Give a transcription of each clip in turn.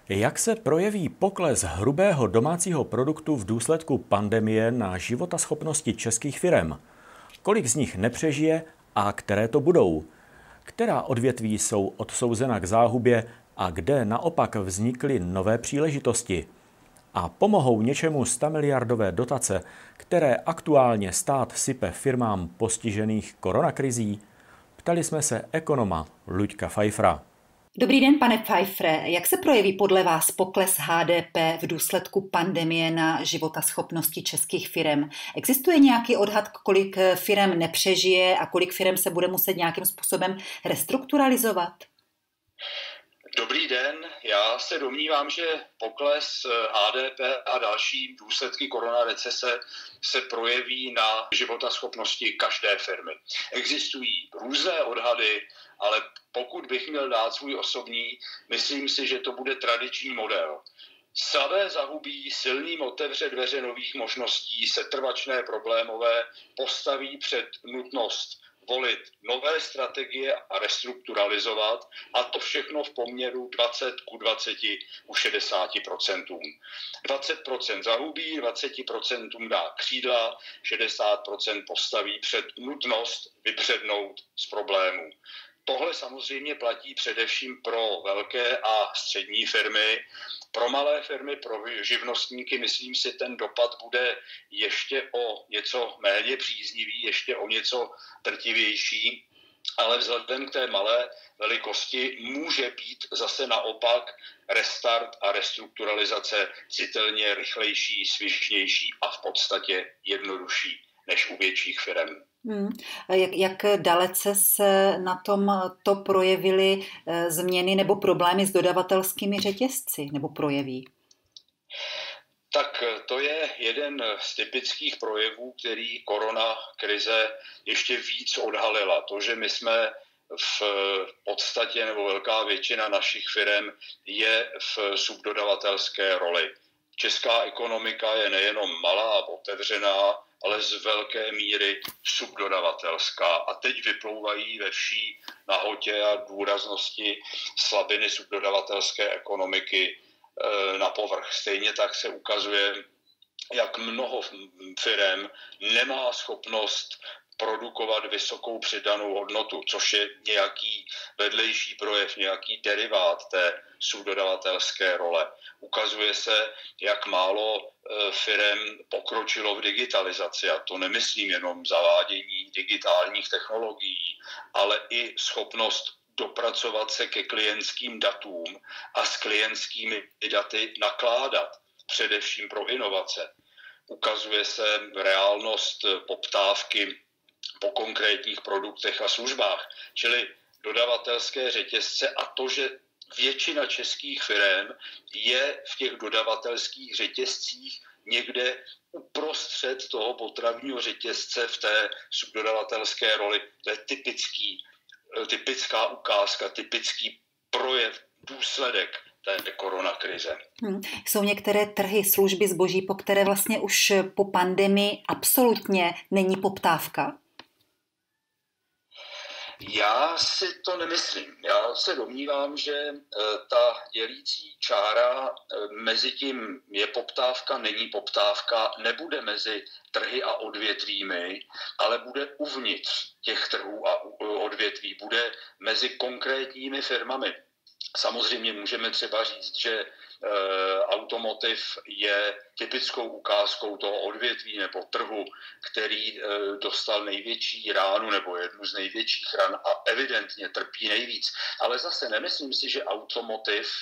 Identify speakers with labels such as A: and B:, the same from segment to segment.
A: Jak se projeví pokles hrubého domácího produktu v důsledku pandemie na životaschopnosti českých firem? Kolik z nich nepřežije a které to budou? Která odvětví jsou odsouzena k záhubě a kde naopak vznikly nové příležitosti? A pomohou něčemu 100miliardové dotace, které aktuálně stát sype firmám postižených koronakrizí? Ptali jsme se ekonoma Luďka Pfeiffera.
B: Dobrý den, pane Pfeiffere. Jak se projeví podle vás pokles HDP v důsledku pandemie na životaschopnosti českých firem? Existuje nějaký odhad, kolik firem nepřežije a kolik firem se bude muset nějakým způsobem restrukturalizovat?
C: Dobrý den, já se domnívám, že pokles HDP a další důsledky koronarecese se projeví na životaschopnosti každé firmy. Existují různé odhady, ale pokud bych měl dát svůj osobní, myslím si, že to bude tradiční model. Slabé zahubí, silným otevře dveře nových možností, setrvačné problémové postaví před nutnost volit nové strategie a restrukturalizovat, a to všechno v poměru 20:20 u 60%. 20% zahubí, 20% dá křídla, 60% postaví před nutnost vypřednout z problémů. Tohle samozřejmě platí především pro velké a střední firmy. Pro malé firmy, pro živnostníky, myslím si, ten dopad bude ještě o něco méně příznivý, ještě o něco drtivější, ale vzhledem k té malé velikosti může být zase naopak restart a restrukturalizace citelně rychlejší, svižnější a v podstatě jednodušší než u větších firm.
B: Jak dalece se na tom to projevily změny nebo problémy s dodavatelskými řetězci nebo projeví?
C: Tak to je jeden z typických projevů, který koronakrize ještě víc odhalila. To, že my jsme v podstatě, nebo velká většina našich firem je v subdodavatelské roli. Česká ekonomika je nejenom malá a otevřená, ale z velké míry subdodavatelská. A teď vyplouvají ve vší nahotě a důraznosti slabiny subdodavatelské ekonomiky na povrch. Stejně tak se ukazuje, jak mnoho firem nemá schopnost produkovat vysokou přidanou hodnotu, což je nějaký vedlejší projev, nějaký derivát té subdodavatelské role. Ukazuje se, jak málo firem pokročilo v digitalizaci, a to nemyslím jenom zavádění digitálních technologií, ale i schopnost dopracovat se ke klientským datům a s klientskými daty nakládat, především pro inovace. Ukazuje se reálnost poptávky po konkrétních produktech a službách, čili dodavatelské řetězce a to, že většina českých firem je v těch dodavatelských řetězcích někde uprostřed toho potravního řetězce v té subdodavatelské roli. To je typická ukázka, typický projev, důsledek té koronakrize.
B: Jsou některé trhy, služby, zboží, po které vlastně už po pandemii absolutně není poptávka?
C: Já si to nemyslím. Já se domnívám, že ta dělící čára mezi tím je poptávka, není poptávka, nebude mezi trhy a odvětvími, ale bude uvnitř těch trhů a odvětví, bude mezi konkrétními firmami. Samozřejmě můžeme třeba říct, že automotiv je typickou ukázkou toho odvětví nebo trhu, který dostal největší ránu nebo jednu z největších ran a evidentně trpí nejvíc. Ale zase nemyslím si, že automotiv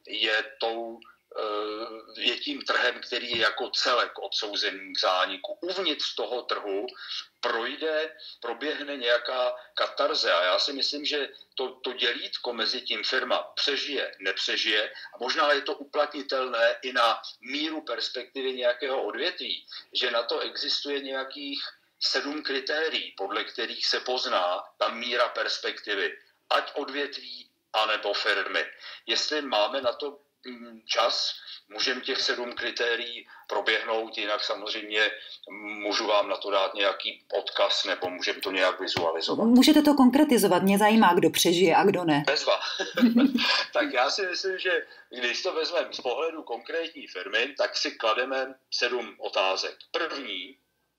C: je tím trhem, který je jako celek odsouzený k zániku. Uvnitř toho trhu proběhne nějaká katarze a já si myslím, že to dělítko mezi tím firma přežije, nepřežije a možná je to uplatnitelné i na míru perspektivy nějakého odvětví, že na to existuje nějakých 7 kritérií, podle kterých se pozná ta míra perspektivy, ať odvětví, anebo firmy. Jestli máme na to čas, Můžeme těch 7 kritérií proběhnout, jinak samozřejmě můžu vám na to dát nějaký odkaz nebo můžeme to nějak vizualizovat.
B: Můžete to konkretizovat, mě zajímá, kdo přežije a kdo ne.
C: Bezva. Tak já si myslím, že když to vezmeme z pohledu konkrétní firmy, tak si klademe 7 otázek. První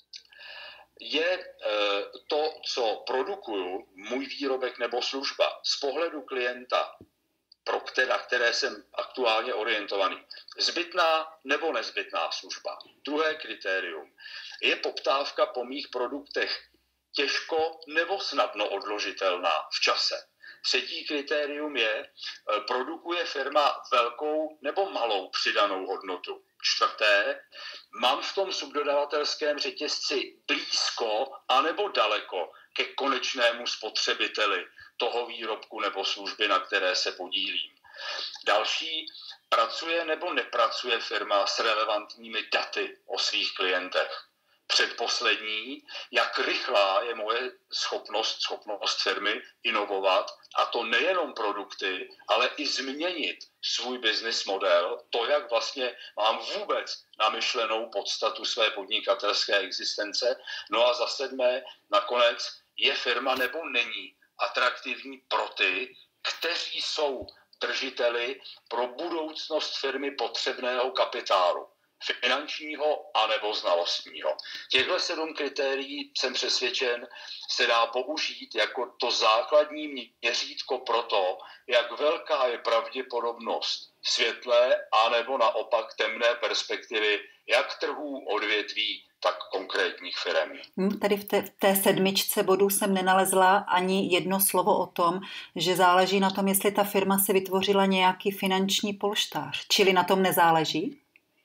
C: je to, co produkuju, můj výrobek nebo služba z pohledu klienta, na které jsem aktuálně orientovaný. Zbytná nebo nezbytná služba. Druhé kritérium. Je poptávka po mých produktech těžko nebo snadno odložitelná v čase. Třetí kritérium je, produkuje firma velkou nebo malou přidanou hodnotu. Čtvrté, mám v tom subdodavatelském řetězci blízko anebo daleko ke konečnému spotřebiteli toho výrobku nebo služby, na které se podílím. Další, pracuje nebo nepracuje firma s relevantními daty o svých klientech. Předposlední, jak rychlá je moje schopnost firmy inovovat, a to nejenom produkty, ale i změnit svůj business model, to, jak vlastně mám vůbec namyšlenou podstatu své podnikatelské existence. No a za 7, nakonec, je firma nebo není atraktivní pro ty, kteří jsou držiteli pro budoucnost firmy potřebného kapitálu. Finančního anebo znalostního. Těchto 7 kritérií, jsem přesvědčen, se dá použít jako to základní měřítko pro to, jak velká je pravděpodobnost světlé anebo naopak temné perspektivy jak trhů, odvětví, tak konkrétních firem.
B: Tady v té 7 bodů jsem nenalezla ani jedno slovo o tom, že záleží na tom, jestli ta firma si vytvořila nějaký finanční polštář. Čili na tom nezáleží?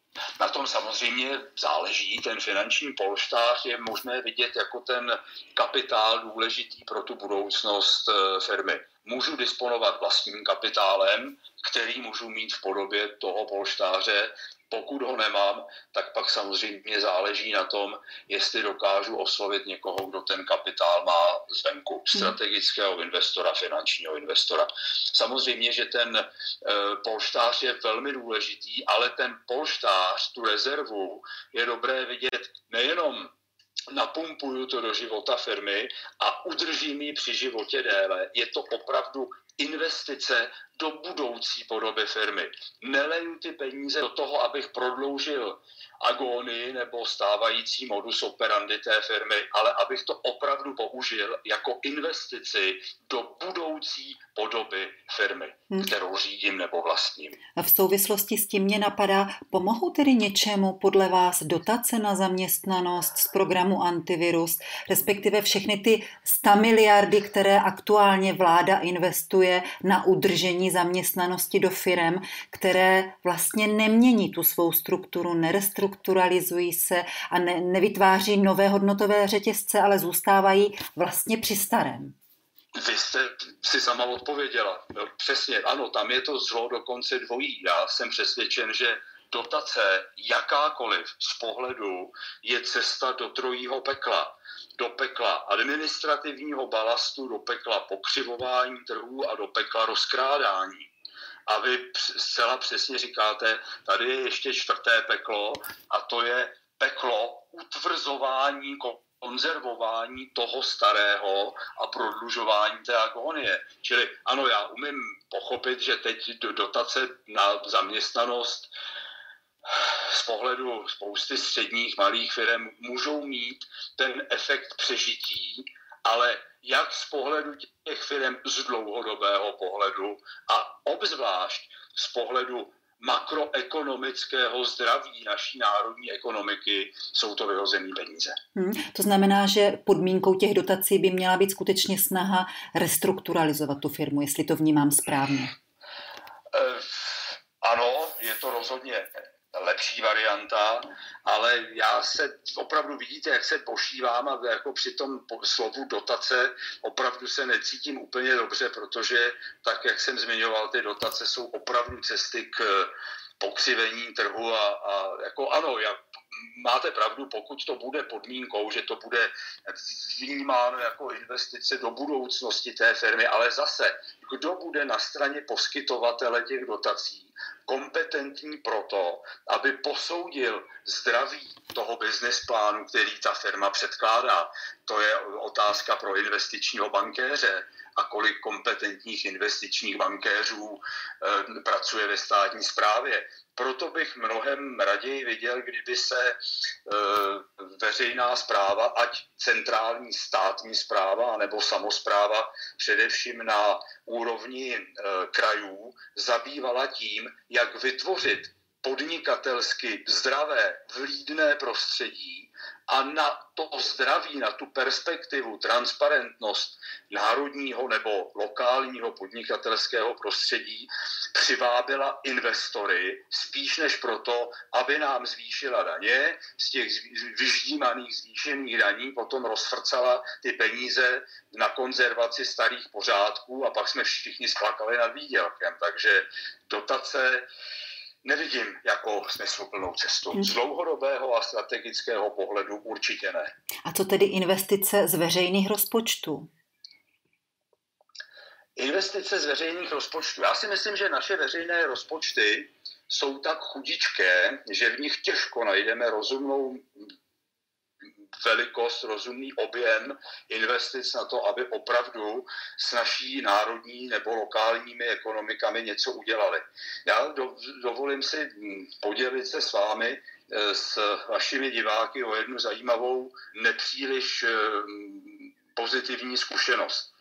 C: Na tom samozřejmě záleží. Ten finanční polštář je možné vidět jako ten kapitál důležitý pro tu budoucnost firmy. Můžu disponovat vlastním kapitálem, který můžu mít v podobě toho polštáře. Pokud ho nemám, tak pak samozřejmě záleží na tom, jestli dokážu oslovit někoho, kdo ten kapitál má zvenku. Strategického investora, finančního investora. Samozřejmě, že ten polštář je velmi důležitý, ale ten polštář, tu rezervu, je dobré vidět nejenom napumpuju to do života firmy a udržím ji při životě déle. Je to opravdu investice do budoucí podoby firmy. Neleju ty peníze do toho, abych prodloužil agónii nebo stávající modus operandi té firmy, ale abych to opravdu použil jako investici do budoucí podoby firmy, kterou řídím nebo vlastním.
B: A v souvislosti s tím mě napadá, pomohou tedy něčemu podle vás dotace na zaměstnanost z programu Antivirus, respektive všechny ty 100 miliardy, které aktuálně vláda investuje na udržení zaměstnanosti do firem, které vlastně nemění tu svou strukturu, nerestrukturalizují se a nevytváří nové hodnotové řetězce, ale zůstávají vlastně při starém.
C: Vy jste si sama odpověděla. No, přesně, ano, tam je to zlo dokonce dvojí. Já jsem přesvědčen, že dotace jakákoliv z pohledu je cesta do trojího pekla. Do pekla administrativního balastu, do pekla pokřivování trhů a do pekla rozkrádání. A vy zcela přesně říkáte, tady je ještě 4. peklo a to je peklo utvrzování, konzervování toho starého a prodlužování té agónie. Čili ano, já umím pochopit, že teď dotace na zaměstnanost z pohledu spousty středních malých firm můžou mít ten efekt přežití, ale jak z pohledu těch firm z dlouhodobého pohledu a obzvlášť z pohledu makroekonomického zdraví naší národní ekonomiky jsou to vyhozené peníze.
B: To znamená, že podmínkou těch dotací by měla být skutečně snaha restrukturalizovat tu firmu, jestli to vnímám správně.
C: Ano, je to rozhodně lepší varianta, ale já se opravdu vidíte, jak se pošívám a jako při tom slovu dotace opravdu se necítím úplně dobře, protože tak, jak jsem zmiňoval, ty dotace jsou opravdu cesty k pokřivení trhu a jako ano, máte pravdu, pokud to bude podmínkou, že to bude vnímáno jako investice do budoucnosti té firmy, ale zase, kdo bude na straně poskytovatele těch dotací, kompetentní proto, aby posoudil zdraví toho business plánu, který ta firma předkládá. To je otázka pro investičního bankéře. A kolik kompetentních investičních bankéřů pracuje ve státní správě. Proto bych mnohem raději viděl, kdyby se veřejná správa, ať centrální státní správa nebo samospráva, především na úrovni krajů, zabývala tím, jak vytvořit podnikatelsky zdravé, vlídné prostředí a na to zdraví, na tu perspektivu, transparentnost národního nebo lokálního podnikatelského prostředí přivábila investory spíš než proto, aby nám zvýšila daně, z těch vyždímaných zvýšených daní potom rozfrcala ty peníze na konzervaci starých pořádků a pak jsme všichni splakali nad výdělkem. Takže dotace nevidím jako smysluplnou cestu. Z dlouhodobého a strategického pohledu určitě ne.
B: A co tedy investice z veřejných rozpočtů?
C: Investice z veřejných rozpočtů. Já si myslím, že naše veřejné rozpočty jsou tak chudičké, že v nich těžko najdeme rozumnou velikost, rozumný objem investic na to, aby opravdu s naší národní nebo lokálními ekonomikami něco udělali. Já dovolím si podělit se s vámi, s vašimi diváky o jednu zajímavou, nepříliš pozitivní zkušenost.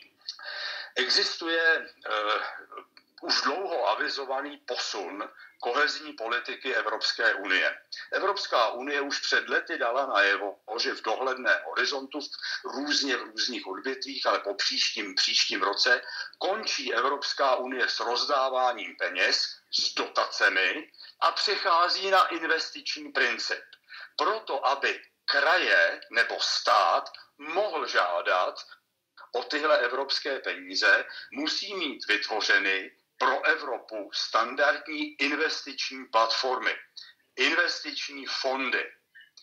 C: Existuje už dlouho avizovaný posun kohezní politiky Evropské unie. Evropská unie už před lety dala najevo, že v dohledném horizontu různě v různých odvětvích, ale po příštím roce končí Evropská unie s rozdáváním peněz, s dotacemi a přechází na investiční princip. Proto, aby kraje nebo stát mohl žádat o tyhle evropské peníze, musí mít vytvořeny pro Evropu standardní investiční platformy, investiční fondy.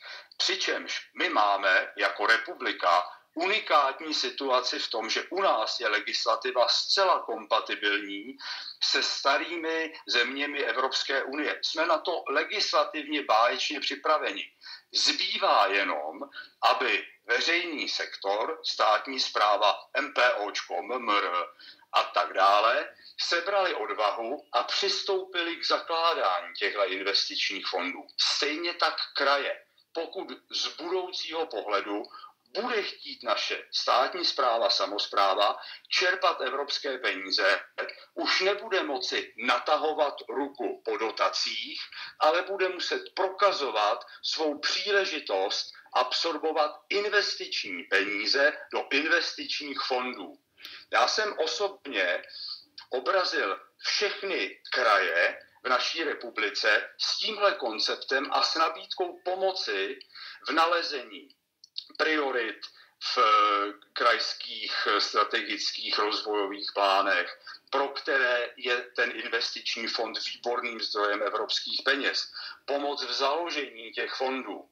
C: Přičemž my máme jako republika unikátní situaci v tom, že u nás je legislativa zcela kompatibilní se starými zeměmi Evropské unie. Jsme na to legislativně báječně připraveni. Zbývá jenom, aby veřejný sektor, státní správa, MPOčko, MMR a tak dále, sebrali odvahu a přistoupili k zakládání těchto investičních fondů. Stejně tak kraje. Pokud z budoucího pohledu bude chtít naše státní správa, samospráva čerpat evropské peníze, už nebude moci natahovat ruku po dotacích, ale bude muset prokazovat svou příležitost absorbovat investiční peníze do investičních fondů. Já jsem osobně obrazil všechny kraje v naší republice s tímhle konceptem a s nabídkou pomoci v nalezení priorit v krajských strategických rozvojových plánech, pro které je ten investiční fond výborným zdrojem evropských peněz. Pomoc v založení těch fondů.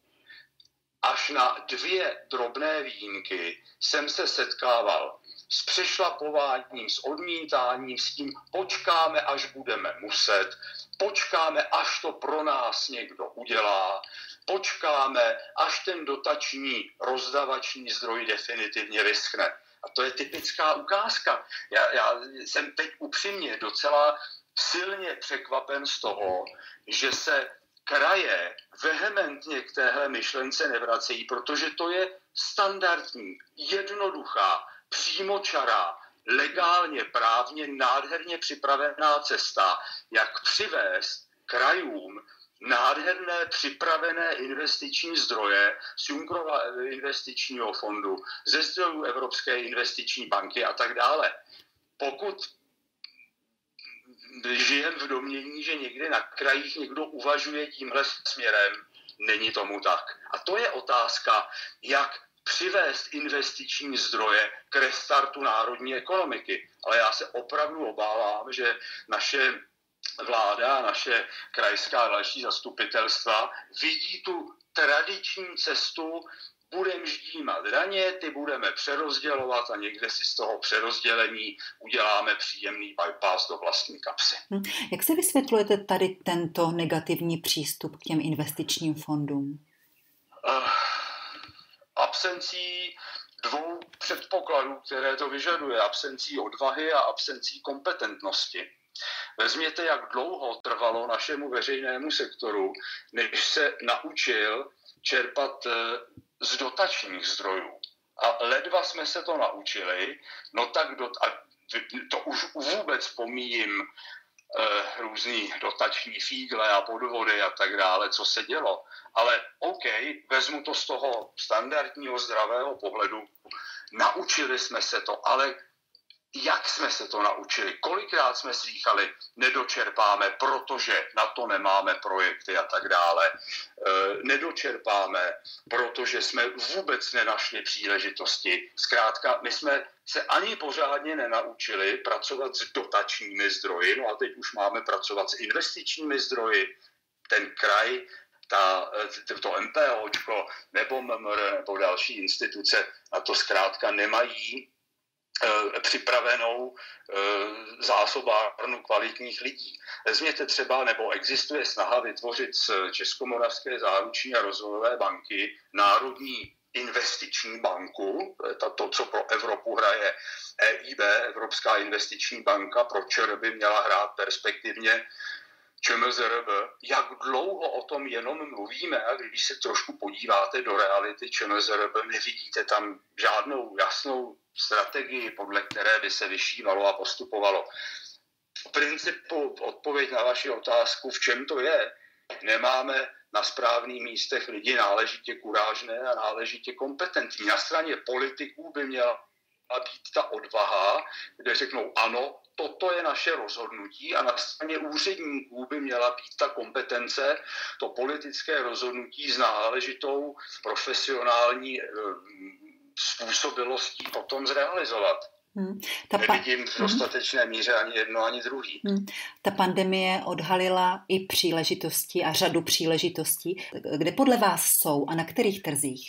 C: Až na 2 drobné výjimky jsem se setkával s přešlapováním, s odmítáním, s tím počkáme, až budeme muset, počkáme, až to pro nás někdo udělá, počkáme, až ten dotační rozdavační zdroj definitivně vyschne. A to je typická ukázka. Já jsem teď upřímně docela silně překvapen z toho, že se kraje vehementně k téhle myšlence nevracejí, protože to je standardní, jednoduchá, přímočará, legálně, právně, nádherně připravená cesta, jak přivést krajům nádherné připravené investiční zdroje z Junckerova investičního fondu, ze zdrojů Evropské investiční banky a tak dále. Pokud žijeme v domnění, že někde na krajích někdo uvažuje tímhle směrem, není tomu tak. A to je otázka, jak přivést investiční zdroje k restartu národní ekonomiky. Ale já se opravdu obávám, že naše vláda, naše krajská a další zastupitelstva vidí tu tradiční cestu budeme ždímat daně, ty budeme přerozdělovat a někde si z toho přerozdělení uděláme příjemný bypass do vlastní kapsy.
B: Jak se vysvětlujete tady tento negativní přístup k těm investičním fondům?
C: Absencí dvou předpokladů, které to vyžaduje. Absencí odvahy a absencí kompetentnosti. Vezměte, jak dlouho trvalo našemu veřejnému sektoru, než se naučil čerpat z dotačních zdrojů. A ledva jsme se to naučili, no tak to už vůbec pomíjím různý dotační fígle a podvody a tak dále, co se dělo. Ale OK, vezmu to z toho standardního zdravého pohledu, naučili jsme se to, ale jak jsme se to naučili? Kolikrát jsme slýchali, nedočerpáme, protože na to nemáme projekty a tak dále. Nedočerpáme, protože jsme vůbec nenašli příležitosti. Zkrátka, my jsme se ani pořádně nenaučili pracovat s dotačními zdroji, no a teď už máme pracovat s investičními zdroji. Ten kraj, to MPOčko nebo MMR nebo další instituce na to zkrátka nemají připravenou zásobárnu kvalitních lidí. Vezměte třeba, nebo existuje snaha vytvořit z Českomoravské záruční a rozvojové banky národní investiční banku, to, co pro Evropu hraje EIB, Evropská investiční banka, pro ČR by měla hrát perspektivně ČMZRB. Jak dlouho o tom jenom mluvíme, a když se trošku podíváte do reality ČMZRB, nevidíte tam žádnou jasnou strategii, podle které by se vyšívalo a postupovalo. V principu odpověď na vaši otázku, v čem to je, nemáme na správných místech lidi náležitě kurážné a náležitě kompetentní. Na straně politiků by měla být ta odvaha, kde řeknou ano, toto je naše rozhodnutí, a na straně úředníků by měla být ta kompetence, to politické rozhodnutí s náležitou profesionální způsobilostí potom zrealizovat. Nevidím v dostatečné míře ani jedno, ani druhý.
B: Ta pandemie odhalila i příležitosti a řadu příležitostí. Kde podle vás jsou a na kterých trzích?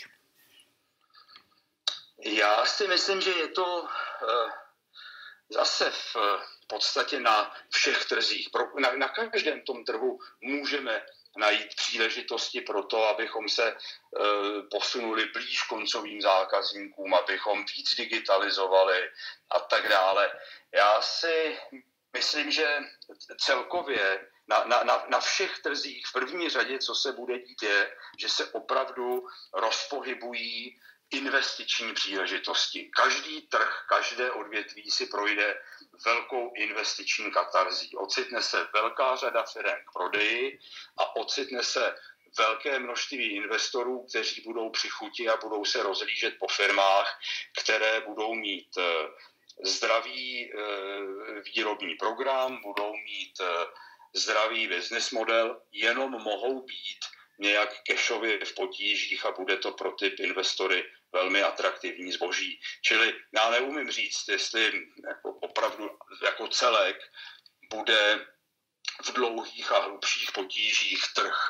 C: Já si myslím, že je to zase v podstatě na všech trzích. Na každém tom trhu můžeme najít příležitosti pro to, abychom se posunuli blíž koncovým zákazníkům, abychom víc digitalizovali a tak dále. Já si myslím, že celkově na všech trzích v první řadě, co se bude dít, je, že se opravdu rozpohybují investiční příležitosti. Každý trh, každé odvětví si projde velkou investiční katarzí. Ocitne se velká řada firem k prodeji a ocitne se velké množství investorů, kteří budou při chuti a budou se rozhlížet po firmách, které budou mít zdravý výrobní program, budou mít zdravý business model, jenom mohou být nějak cashově v potížích a bude to pro ty investory velmi atraktivní zboží. Čili já neumím říct, jestli opravdu jako celek bude v dlouhých a hlubších potížích trh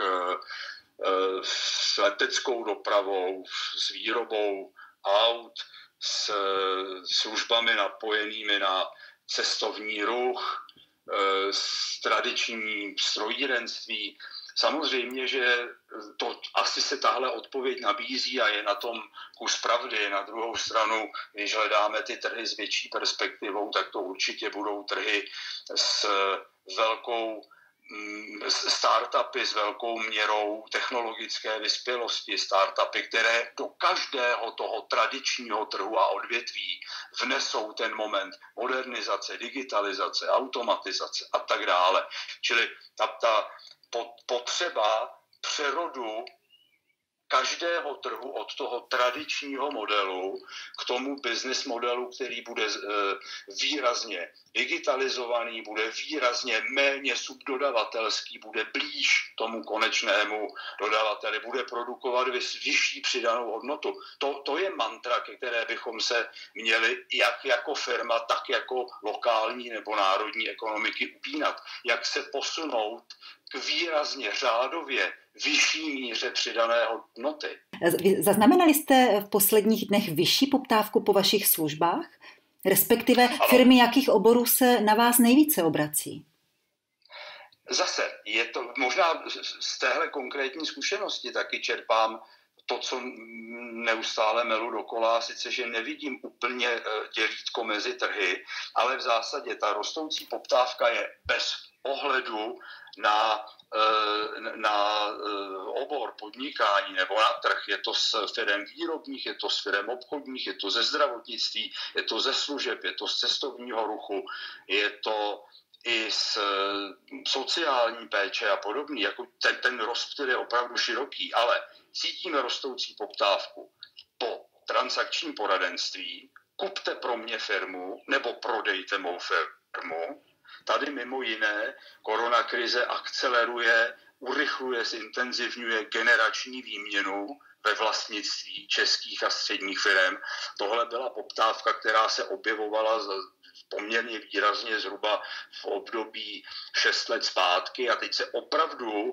C: s leteckou dopravou, s výrobou aut, s službami napojenými na cestovní ruch, s tradiční strojírenství. Samozřejmě, že to asi se tahle odpověď nabízí a je na tom kus pravdy. Na druhou stranu, když hledáme ty trhy s větší perspektivou, tak to určitě budou trhy s velkou startupy s velkou měrou technologické vyspělosti, startupy, které do každého toho tradičního trhu a odvětví vnesou ten moment modernizace, digitalizace, automatizace a tak dále. Čili ta potřeba přerodu každého trhu od toho tradičního modelu k tomu business modelu, který bude výrazně digitalizovaný, bude výrazně méně subdodavatelský, bude blíž tomu konečnému dodavateli, bude produkovat vyšší přidanou hodnotu. To je mantra, ke které bychom se měli jak jako firma, tak jako lokální nebo národní ekonomiky upínat. Jak se posunout k výrazně řádově vyšší míře přidané hodnoty.
B: Zaznamenali jste v posledních dnech vyšší poptávku po vašich službách? Respektive firmy jakých oborů se na vás nejvíce obrací?
C: Zase, je to možná z téhle konkrétní zkušenosti taky čerpám to, co neustále melu dokola, sice, že nevidím úplně dělítko mezi trhy, ale v zásadě ta rostoucí poptávka je bez ohledu na obor podnikání nebo na trh. Je to z firem výrobních, je to z firem obchodních, je to ze zdravotnictví, je to ze služeb, je to z cestovního ruchu, je to i z sociální péče a podobně. Jako ten rozptyl je opravdu široký, ale cítíme rostoucí poptávku po transakčním poradenství, kupte pro mě firmu nebo prodejte mou firmu. Tady mimo jiné koronakrize akceleruje, urychluje, zintenzivňuje generační výměnu ve vlastnictví českých a středních firm. Tohle byla poptávka, která se objevovala poměrně výrazně zhruba v období 6 let zpátky a teď se opravdu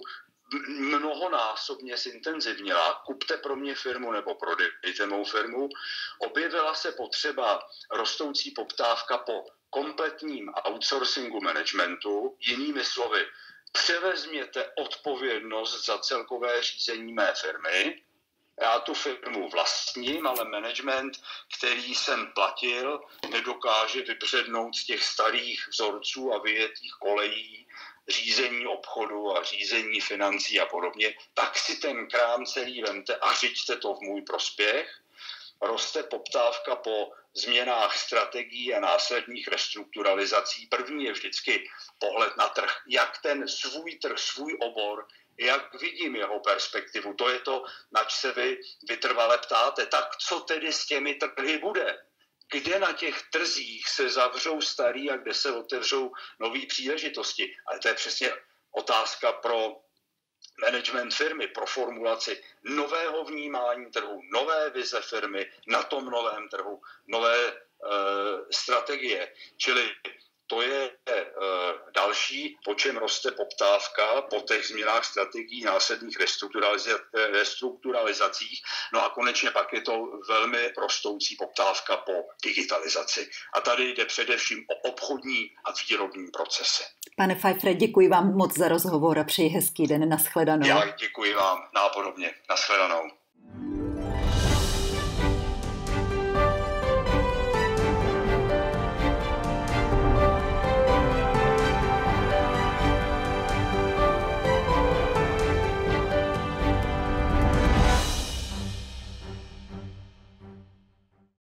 C: mnohonásobně zintenzivnila. Kupte pro mě firmu nebo prodejte mou firmu. Objevila se potřeba rostoucí poptávka po kompletním outsourcingu managementu, jinými slovy, převezměte odpovědnost za celkové řízení mé firmy. Já tu firmu vlastním, ale management, který jsem platil, nedokáže vybřednout z těch starých vzorců a vyjetých kolejí řízení obchodu a řízení financí a podobně, tak si ten krám celý vemte a řiďte to v můj prospěch. Roste poptávka po změnách strategií a následných restrukturalizací. První je vždycky pohled na trh, jak ten svůj trh, svůj obor, jak vidím jeho perspektivu. To je to, nač se vy vytrvale ptáte. Tak co tedy s těmi trhy bude? Kde na těch trzích se zavřou starý a kde se otevřou nové příležitosti? Ale to je přesně otázka pro management firmy, pro formulaci nového vnímání trhu, nové vize firmy na tom novém trhu, nové strategie. Čili to je další, po čem roste poptávka, po těch změnách strategií, následných restrukturalizacích. No a konečně pak je to velmi rostoucí poptávka po digitalizaci. A tady jde především o obchodní a výrobní procesy.
B: Pane Pfeiffere, děkuji vám moc za rozhovor a přeji hezký den. Nashledanou.
C: Já děkuji vám nápodobně. Nashledanou.